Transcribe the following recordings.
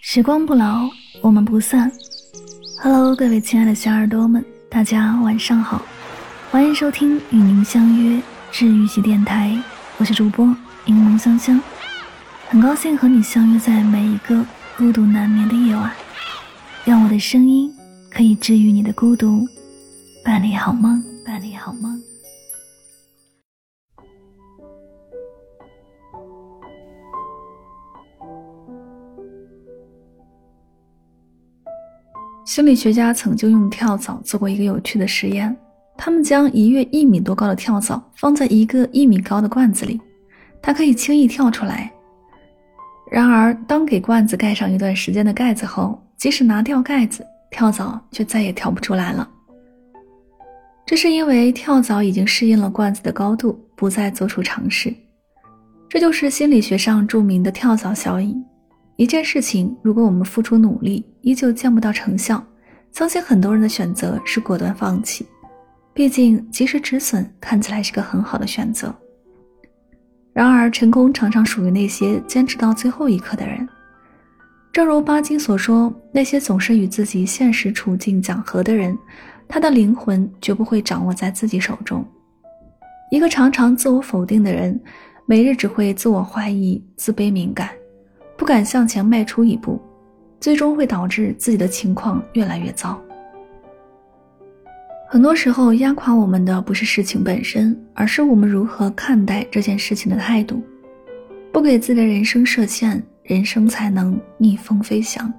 时光不老，我们不散。Hello， 各位亲爱的小耳朵们，大家晚上好，欢迎收听与您相约治愈系电台，我是主播柠檬香香，很高兴和你相约在每一个孤独难眠的夜晚，让我的声音可以治愈你的孤独，伴你好梦，伴你好梦。心理学家曾经用跳蚤做过一个有趣的实验，他们将一跃1米多高的跳蚤放在一个1米高的罐子里，它可以轻易跳出来。然而当给罐子盖上一段时间的盖子后，即使拿掉盖子，跳蚤却再也跳不出来了。这是因为跳蚤已经适应了罐子的高度，不再做出尝试。这就是心理学上著名的跳蚤效应。一件事情如果我们付出努力依旧见不到成效，相信很多人的选择是果断放弃，毕竟及时止损看起来是个很好的选择。然而成功常常属于那些坚持到最后一刻的人。正如巴金所说，那些总是与自己现实处境讲和的人，他的灵魂绝不会掌握在自己手中。一个常常自我否定的人，每日只会自我怀疑、自卑敏感，不敢向前迈出一步，最终会导致自己的情况越来越糟。很多时候压垮我们的不是事情本身，而是我们如何看待这件事情的态度。不给自己的人生设限，人生才能逆风飞翔。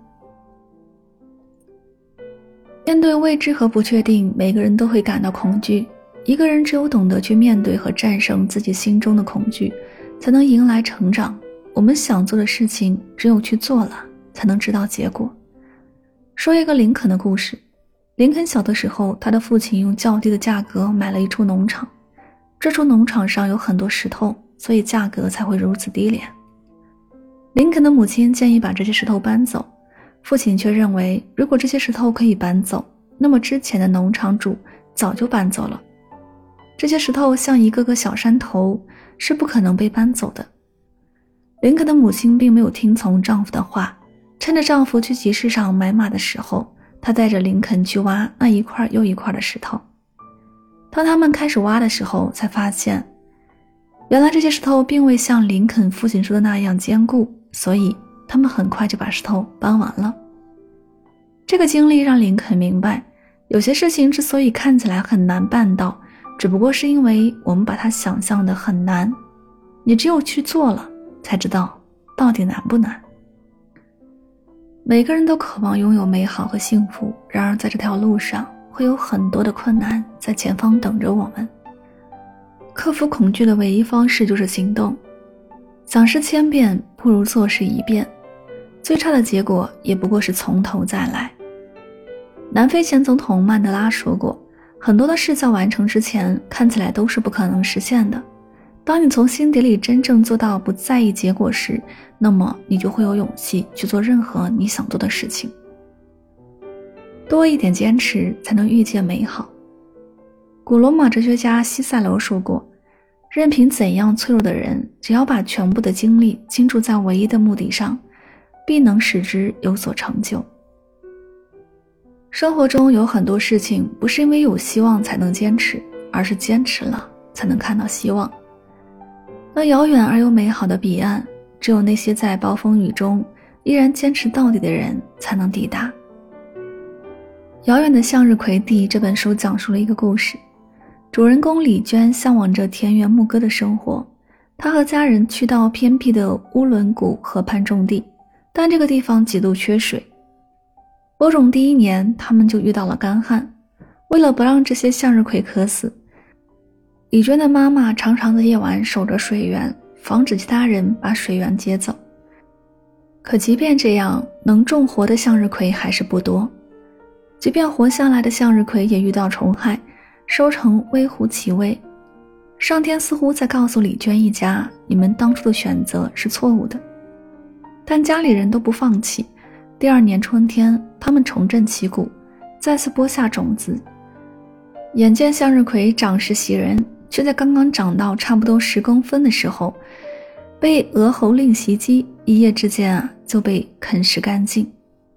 面对未知和不确定，每个人都会感到恐惧。一个人只有懂得去面对和战胜自己心中的恐惧，才能迎来成长。我们想做的事情，只有去做了，才能知道结果。说一个林肯的故事。林肯小的时候，他的父亲用较低的价格买了一处农场，这处农场上有很多石头，所以价格才会如此低廉。林肯的母亲建议把这些石头搬走，父亲却认为如果这些石头可以搬走，那么之前的农场主早就搬走了。这些石头像一个个小山头，是不可能被搬走的。林肯的母亲并没有听从丈夫的话，趁着丈夫去集市上买马的时候，她带着林肯去挖那一块又一块的石头。当他们开始挖的时候，才发现原来这些石头并未像林肯父亲说的那样坚固，所以他们很快就把石头搬完了。这个经历让林肯明白，有些事情之所以看起来很难办到，只不过是因为我们把它想象的很难，你只有去做了才知道到底难不难。每个人都渴望拥有美好和幸福，然而在这条路上会有很多的困难在前方等着我们。克服恐惧的唯一方式就是行动。想事千遍不如做事一遍，最差的结果也不过是从头再来。南非前总统曼德拉说过，很多的事在完成之前看起来都是不可能实现的，当你从心底里真正做到不在意结果时，那么你就会有勇气去做任何你想做的事情。多一点坚持才能遇见美好。古罗马哲学家西塞罗说过，任凭怎样脆弱的人，只要把全部的精力倾注在唯一的目的上，必能使之有所成就。生活中有很多事情不是因为有希望才能坚持，而是坚持了才能看到希望。那遥远而又美好的彼岸，只有那些在暴风雨中依然坚持到底的人才能抵达。遥远的向日葵地这本书讲述了一个故事，主人公李娟向往着田园牧歌的生活，她和家人去到偏僻的乌伦古河畔种地，但这个地方极度缺水。播种第1年，他们就遇到了干旱。为了不让这些向日葵渴死，李娟的妈妈常常在夜晚守着水源，防止其他人把水源接走。可即便这样，能种活的向日葵还是不多。即便活下来的向日葵也遇到虫害，收成微乎其微。上天似乎在告诉李娟一家，你们当初的选择是错误的。但家里人都不放弃。第2年春天，他们重振旗鼓，再次播下种子。眼见向日葵长势喜人，却在刚刚长到差不多10公分的时候， 被鹅喉令袭击，一夜之间就被啃食干净。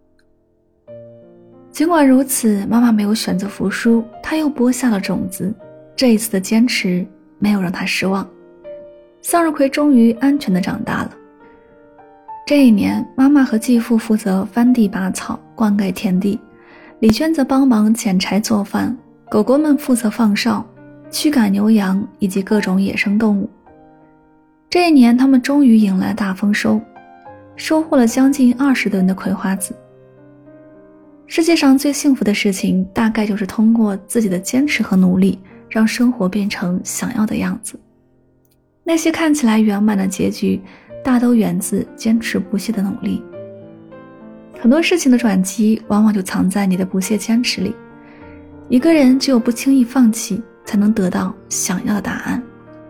尽管如此，妈妈没有选择服输，她又播下了种子。这一次的坚持没有让她失望，向日葵终于安全地长大了。这一年，妈妈和继父负责翻地拔草、灌溉田地，李娟则帮忙捡柴做饭，狗狗们负责放哨、驱赶牛羊以及各种野生动物。这一年，他们终于迎来大丰收，收获了将近20吨的葵花籽。世界上最幸福的事情，大概就是通过自己的坚持和努力，让生活变成想要的样子。那些看起来圆满的结局，大都源自坚持不懈的努力。很多事情的转机，往往就藏在你的不懈坚持里。一个人只有不轻易放弃，才能得到想要的答案。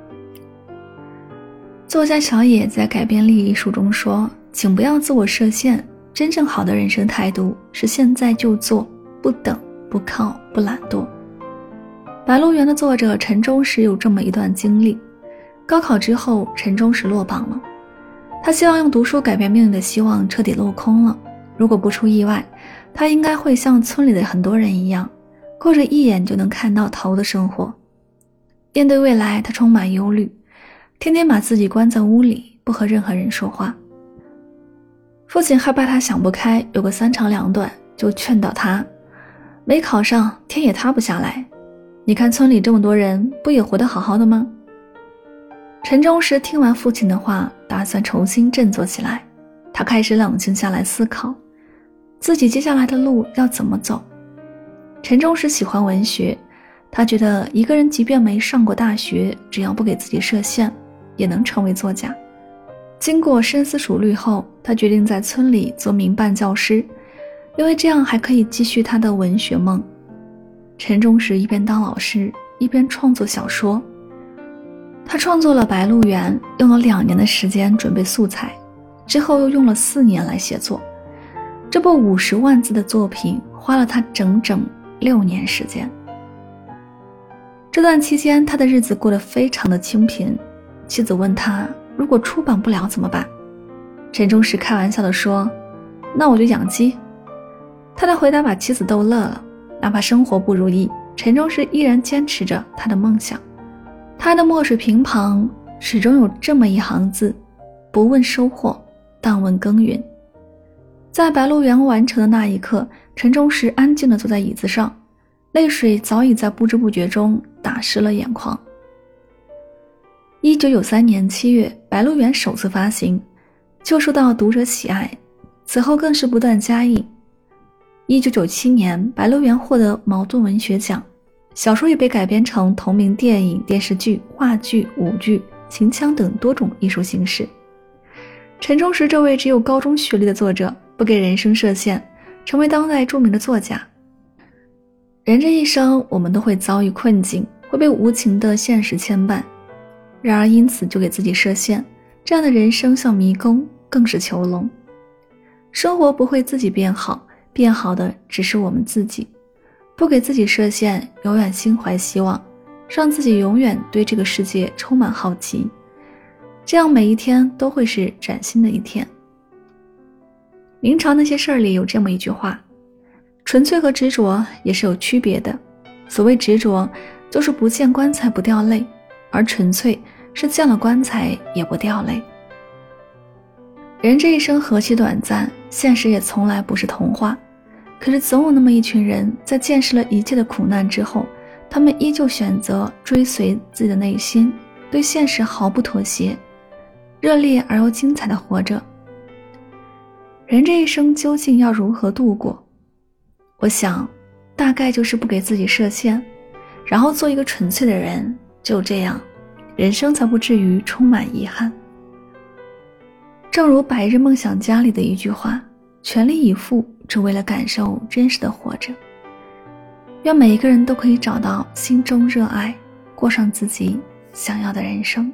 作家小野在《改变力》一书中说，请不要自我设限，真正好的人生态度是现在就做，不等，不靠，不懒惰。白鹿原的作者陈忠实有这么一段经历。高考之后，陈忠实落榜了，他希望用读书改变命运的希望彻底落空了。如果不出意外，他应该会像村里的很多人一样，过着一眼就能看到头的生活。面对未来，他充满忧虑，天天把自己关在屋里，不和任何人说话。父亲害怕他想不开，有个三长两短，就劝导他，没考上，天也塌不下来。你看村里这么多人，不也活得好好的吗？陈忠实听完父亲的话，打算重新振作起来。他开始冷静下来思考，自己接下来的路要怎么走。陈忠实喜欢文学，他觉得一个人即便没上过大学，只要不给自己设限，也能成为作家。经过深思熟虑后，他决定在村里做民办教师，因为这样还可以继续他的文学梦。陈忠实一边当老师，一边创作小说。他创作了《白鹿原》，用了2年的时间准备素材，之后又用了4年来写作。这部50万字的作品花了他整整6年时间。这段期间，他的日子过得非常的清贫。妻子问他，如果出版不了怎么办？陈忠实开玩笑地说，那我就养鸡。他的回答把妻子逗乐了。哪怕生活不如意，陈忠实依然坚持着他的梦想。他的墨水瓶旁始终有这么一行字，不问收获，但问耕耘。在白鹿原完成的那一刻，陈忠实安静地坐在椅子上，泪水早已在不知不觉中打湿了眼眶。1993年7月，白鹿原首次发行，就受到读者喜爱，此后更是不断加印。1997年，白鹿原获得茅盾文学奖，小说也被改编成同名电影、电视剧、话剧、舞剧、秦腔等多种艺术形式。陈忠实这位只有高中学历的作者，不给人生设限，成为当代著名的作家。人这一生，我们都会遭遇困境，会被无情的现实牵绊，然而因此就给自己设限，这样的人生像迷宫，更是囚笼。生活不会自己变好，变好的只是我们自己。不给自己设限，永远心怀希望，让自己永远对这个世界充满好奇，这样每一天都会是崭新的一天。明朝那些事儿里有这么一句话，纯粹和执着也是有区别的。所谓执着，就是不见棺材不掉泪，而纯粹是见了棺材也不掉泪。人这一生何其短暂，现实也从来不是童话。可是总有那么一群人，在见识了一切的苦难之后，他们依旧选择追随自己的内心，对现实毫不妥协，热烈而又精彩地活着。人这一生究竟要如何度过？我想，大概就是不给自己设限，然后做一个纯粹的人，就这样，人生才不至于充满遗憾。正如《白日梦想家》里的一句话，全力以赴，只为了感受真实的活着。愿每一个人都可以找到心中热爱，过上自己想要的人生。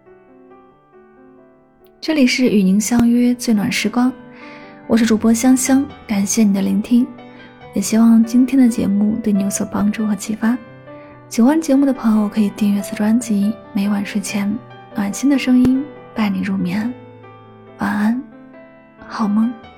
这里是与您相约最暖时光，我是主播香香，感谢你的聆听，也希望今天的节目对你有所帮助和启发。喜欢节目的朋友可以订阅此专辑，每晚睡前暖心的声音伴你入眠。晚安，好梦。